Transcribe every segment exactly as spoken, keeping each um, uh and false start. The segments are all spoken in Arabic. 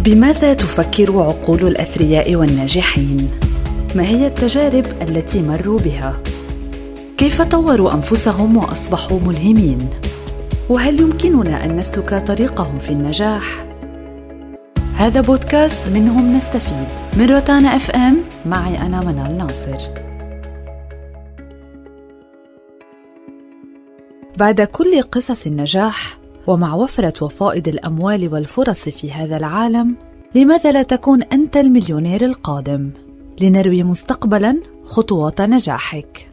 بماذا تفكر عقول الأثرياء والناجحين؟ ما هي التجارب التي مروا بها؟ كيف طوروا أنفسهم وأصبحوا ملهمين؟ وهل يمكننا أن نسلك طريقهم في النجاح؟ هذا بودكاست منهم نستفيد من روتانا اف ام، معي أنا منال ناصر. بعد كل قصص النجاح ومع وفرة وفائض الأموال والفرص في هذا العالم، لماذا لا تكون أنت المليونير القادم؟ لنروي مستقبلاً خطوات نجاحك.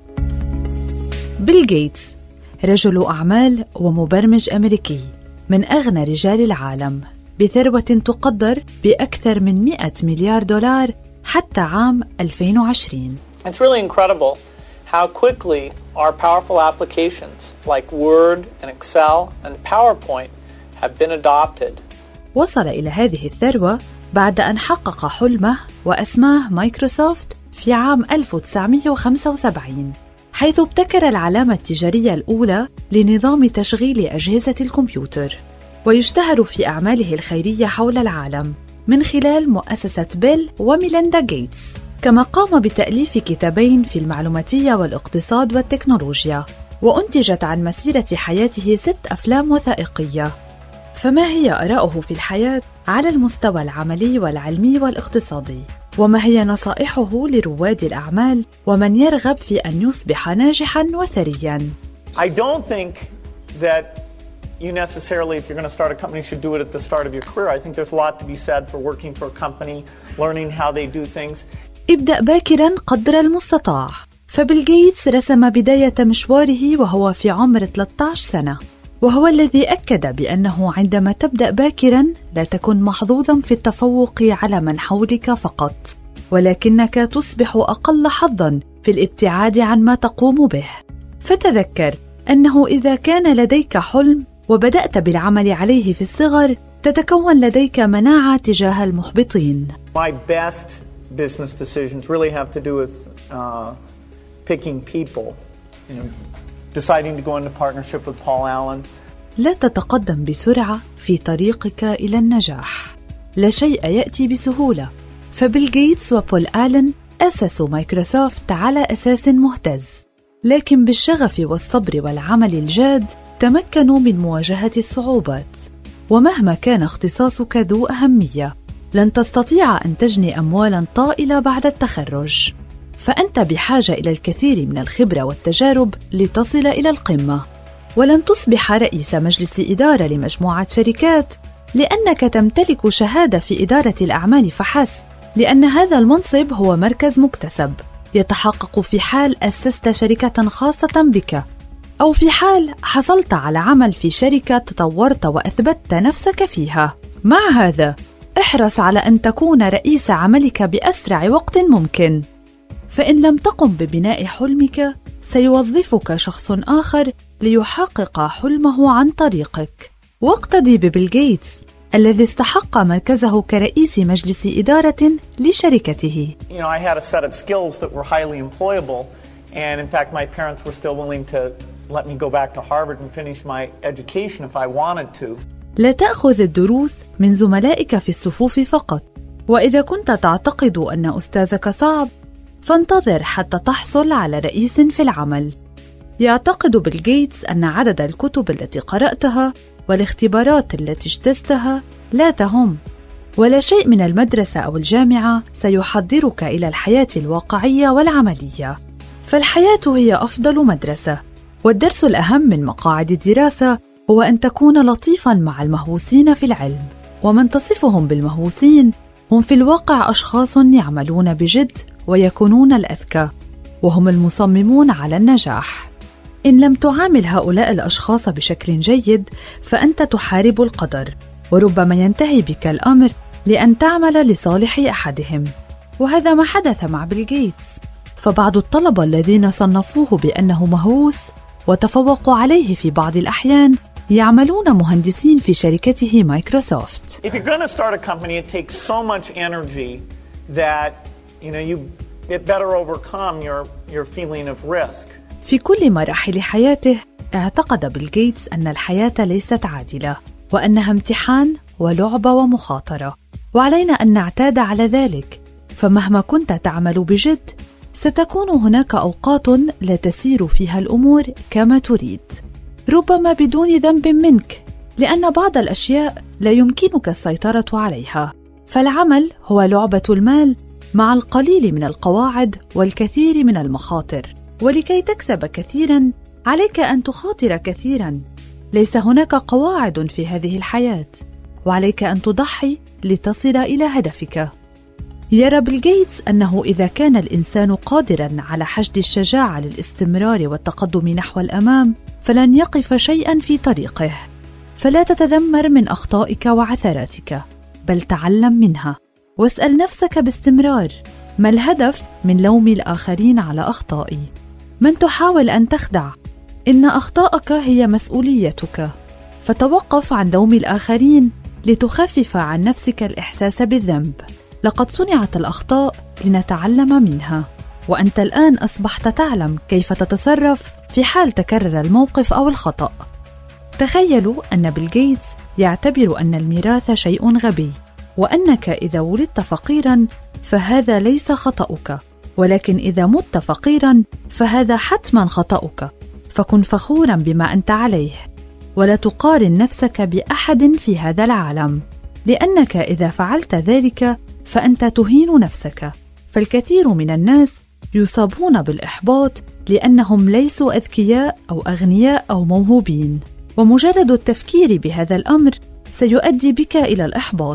بيل غيتس رجل أعمال ومبرمج أمريكي من أغنى رجال العالم، بثروة تقدر بأكثر من مئة مليار دولار حتى عام ألفين وعشرين. It's really incredible how quickly our powerful applications like Word and Excel and PowerPoint have been adopted. وصل إلى هذه الثروة بعد أن حقق حلمه وأسماه مايكروسوفت في عام ألف وتسعمئة وخمسة وسبعين، حيث ابتكر العلامة التجارية الأولى لنظام تشغيل أجهزة الكمبيوتر، ويشتهر في أعماله الخيرية حول العالم من خلال مؤسسة بيل وميليندا غيتس، كما قام بتأليف كتابين في المعلوماتية والاقتصاد والتكنولوجيا، وأنتجت عن مسيرة حياته ست أفلام وثائقية. فما هي آراؤه في الحياة على المستوى العملي والعلمي والاقتصادي؟ وما هي نصائحه لرواد الأعمال ومن يرغب في أن يصبح ناجحاً وثرياً؟ I don't think that you necessarily, if you're going to start a company, should do it at the start of your career. I think there's a lot to be said for working for a company, learning how they do things. ابدأ باكراً قدر المستطاع. فبيل غيتس رسم بداية مشواره وهو في عمر ثلاثة عشر سنة، وهو الذي أكد بأنه عندما تبدأ باكراً لا تكن محظوظاً في التفوق على من حولك فقط، ولكنك تصبح أقل حظاً في الابتعاد عن ما تقوم به. فتذكر أنه إذا كان لديك حلم وبدأت بالعمل عليه في الصغر، تتكون لديك مناعة تجاه المحبطين. My best business decisions really have to do with uh, picking people, you know, deciding to go into partnership with Paul Allen. لا تتقدم بسرعة في طريقك إلى النجاح. لا شيء يأتي بسهولة. فبيل غيتس وبول آلن أسسوا مايكروسوفت على أساس مهتز، لكن بالشغف والصبر والعمل الجاد تمكنوا من مواجهة الصعوبات. ومهما كان اختصاصك ذو أهمية، لن تستطيع أن تجني أموالاً طائلة بعد التخرج، فأنت بحاجة إلى الكثير من الخبرة والتجارب لتصل إلى القمة. ولن تصبح رئيس مجلس إدارة لمجموعة شركات لأنك تمتلك شهادة في إدارة الأعمال فحسب، لأن هذا المنصب هو مركز مكتسب يتحقق في حال أسست شركة خاصة بك، أو في حال حصلت على عمل في شركة تطورت وأثبتت نفسك فيها. مع هذا، احرص على أن تكون رئيس عملك بأسرع وقت ممكن، فإن لم تقم ببناء حلمك سيوظفك شخص آخر ليحقق حلمه عن طريقك. واقتدي ببيل غيتس الذي استحق مركزه كرئيس مجلس إدارة لشركته. You know, I had a set of skills that were highly employable, and in fact my parents were still willing to let me go back to Harvard and finish my education if I wanted to. لا تأخذ الدروس من زملائك في الصفوف فقط، وإذا كنت تعتقد أن أستاذك صعب فانتظر حتى تحصل على رئيس في العمل. يعتقد بيل غيتس أن عدد الكتب التي قرأتها والاختبارات التي اجتزتها لا تهم، ولا شيء من المدرسة أو الجامعة سيحضرك إلى الحياة الواقعية والعملية. فالحياة هي أفضل مدرسة، والدرس الأهم من مقاعد الدراسة هو أن تكون لطيفاً مع المهووسين في العلم. ومن تصفهم بالمهووسين هم في الواقع أشخاص يعملون بجد ويكونون الأذكى، وهم المصممون على النجاح. إن لم تعامل هؤلاء الأشخاص بشكل جيد فأنت تحارب القدر، وربما ينتهي بك الأمر لأن تعمل لصالح أحدهم. وهذا ما حدث مع بيل غيتس. فبعض الطلبة الذين صنفوه بأنه مهووس وتفوقوا عليه في بعض الأحيان يعملون مهندسين في شركته مايكروسوفت. If you're going to start a company, it takes so much energy that you know you it better overcome your your feeling of risk. في كل مراحل حياته اعتقد بيل غيتس أن الحياة ليست عادلة، وأنها امتحان ولعبة ومخاطرة، وعلينا أن نعتاد على ذلك، فمهما كنت تعمل بجد ستكون هناك أوقات لا تسير فيها الأمور كما تريد، ربما بدون ذنب منك، لأن بعض الأشياء لا يمكنك السيطرة عليها. فالعمل هو لعبة المال مع القليل من القواعد والكثير من المخاطر، ولكي تكسب كثيراً عليك أن تخاطر كثيراً. ليس هناك قواعد في هذه الحياة، وعليك أن تضحي لتصل إلى هدفك. يرى بيل غيتس أنه إذا كان الإنسان قادراً على حشد الشجاعة للاستمرار والتقدم نحو الأمام فلن يقف شيئاً في طريقه. فلا تتذمر من أخطائك وعثراتك، بل تعلم منها، واسأل نفسك باستمرار: ما الهدف من لوم الآخرين على أخطائي؟ من تحاول أن تخدع؟ إن أخطائك هي مسؤوليتك، فتوقف عن لوم الآخرين لتخفف عن نفسك الإحساس بالذنب. لقد صنعت الأخطاء لنتعلم منها، وأنت الآن أصبحت تعلم كيف تتصرف في حال تكرر الموقف أو الخطأ. تخيلوا أن بيل غيتس يعتبر أن الميراث شيء غبي، وأنك إذا ولدت فقيراً فهذا ليس خطأك، ولكن إذا مت فقيراً فهذا حتماً خطأك. فكن فخوراً بما أنت عليه، ولا تقارن نفسك بأحد في هذا العالم، لأنك إذا فعلت ذلك فأنت تهين نفسك. فالكثير من الناس يصابون بالإحباط لأنهم ليسوا أذكياء أو أغنياء أو موهوبين، ومجرد التفكير بهذا الأمر سيؤدي بك إلى الإحباط،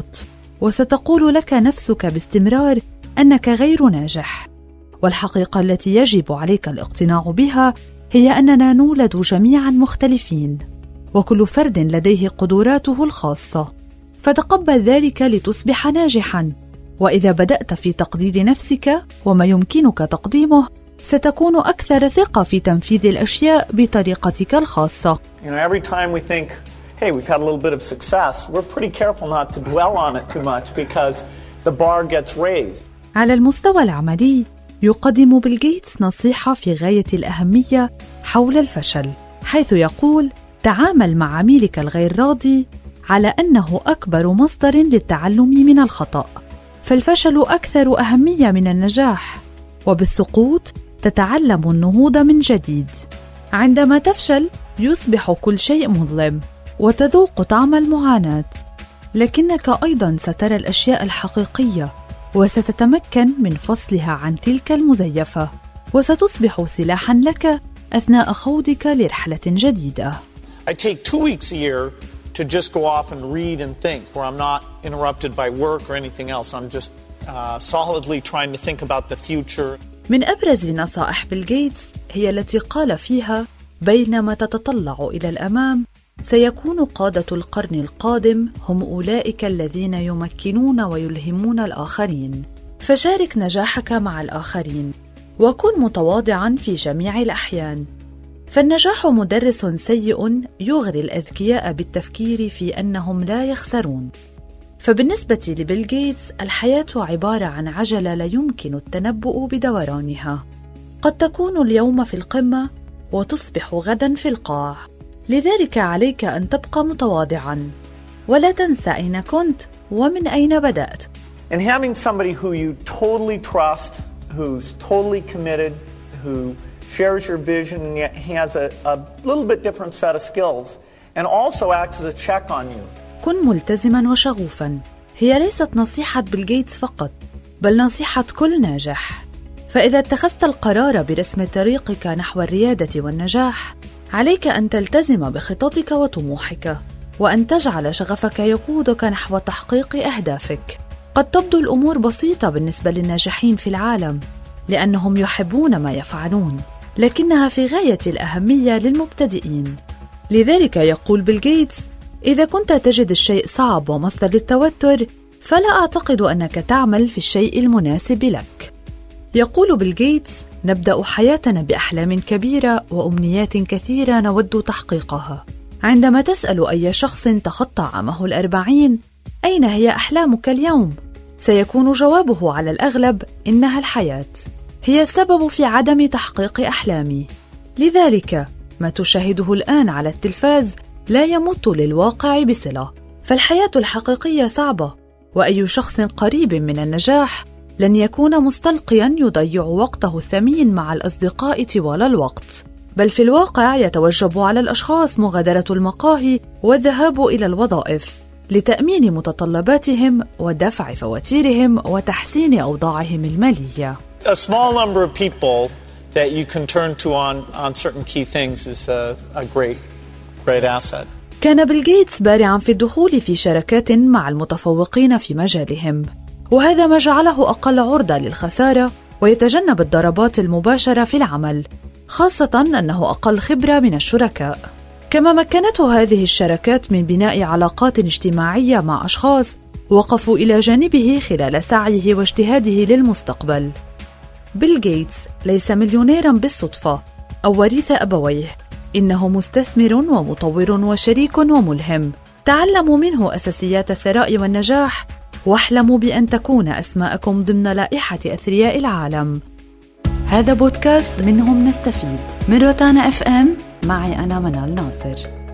وستقول لك نفسك باستمرار أنك غير ناجح. والحقيقة التي يجب عليك الاقتناع بها هي أننا نولد جميعا مختلفين، وكل فرد لديه قدراته الخاصة، فتقبل ذلك لتصبح ناجحا. وإذا بدأت في تقدير نفسك وما يمكنك تقديمه ستكون أكثر ثقة في تنفيذ الأشياء بطريقتك الخاصة. You know, every time we think, hey, we've had a little bit of success, we're pretty careful not to dwell on it too much because the bar gets raised. على المستوى العملي يقدم بيل غيتس نصيحة في غاية الأهمية حول الفشل، حيث يقول: تعامل مع عميلك الغير راضي على أنه أكبر مصدر للتعلم من الخطأ، فالفشل أكثر أهمية من النجاح، وبالسقوط تتعلم النهوض من جديد. عندما تفشل يصبح كل شيء مظلم وتذوق طعم المعاناة، لكنك أيضا سترى الأشياء الحقيقية وستتمكن من فصلها عن تلك المزيفة، وستصبح سلاحا لك أثناء خوضك لرحلة جديدة. I take two weeks a year to just go off and read and think, where I'm not interrupted by work or anything else. I'm just uh, solidly trying to think about the future. من أبرز نصائح بيل غيتس هي التي قال فيها: بينما تتطلع إلى الأمام سيكون قادة القرن القادم هم أولئك الذين يمكنون ويلهمون الآخرين. فشارك نجاحك مع الآخرين، وكن متواضعاً في جميع الأحيان، فالنجاح مدرس سيء يغري الأذكياء بالتفكير في أنهم لا يخسرون. فبالنسبة لبيل غيتس الحياة عبارة عن عجلة لا يمكن التنبؤ بدورانها، قد تكون اليوم في القمة وتصبح غداً في القاع، لذلك عليك أن تبقى متواضعاً، ولا تنسى أين كنت ومن أين بدأت. And having somebody who you totally trust, who's totally committed, who shares your vision and yet has a, a little bit different set of skills and also acts as a check on you. كن ملتزماً وشغوفاً هي ليست نصيحة بيل غيتس فقط، بل نصيحة كل ناجح. فإذا اتخذت القرار برسم طريقك نحو الريادة والنجاح، عليك أن تلتزم بخططك وطموحك، وأن تجعل شغفك يقودك نحو تحقيق أهدافك. قد تبدو الأمور بسيطة بالنسبة للناجحين في العالم لأنهم يحبون ما يفعلون، لكنها في غاية الأهمية للمبتدئين. لذلك يقول بيل غيتس: إذا كنت تجد الشيء صعب ومصدر للتوتر، فلا أعتقد أنك تعمل في الشيء المناسب لك. يقول بيل غيتس: نبدأ حياتنا بأحلام كبيرة وأمنيات كثيرة نود تحقيقها. عندما تسأل أي شخص تخطى عامه الأربعين: أين هي أحلامك اليوم؟ سيكون جوابه على الأغلب: إنها الحياة هي السبب في عدم تحقيق أحلامي. لذلك ما تشاهده الآن على التلفاز لا يمت للواقع بصلة، فالحياة الحقيقية صعبة، وأي شخص قريب من النجاح لن يكون مستلقياً يضيع وقته الثمين مع الأصدقاء طوال الوقت، بل في الواقع يتوجب على الأشخاص مغادرة المقاهي والذهاب إلى الوظائف لتأمين متطلباتهم ودفع فواتيرهم وتحسين أوضاعهم المالية. A small number of people that you can turn to on on certain key things is a, a great great asset. كان بيل غيتس بارعاً في الدخول في شراكات مع المتفوقين في مجالهم، وهذا ما جعله أقل عرضة للخسارة ويتجنب الضربات المباشرة في العمل، خاصة أنه أقل خبرة من الشركاء. كما مكنته هذه الشراكات من بناء علاقات اجتماعية مع أشخاص وقفوا إلى جانبه خلال سعيه واجتهاده للمستقبل. بيل غيتس ليس مليونيراً بالصدفة أو وريث أبويه، إنه مستثمر ومطور وشريك وملهم. تعلموا منه أساسيات الثراء والنجاح، واحلموا بأن تكون أسماءكم ضمن لائحة أثرياء العالم. هذا بودكاست منهم نستفيد من روتانا اف ام، معي أنا منال ناصر.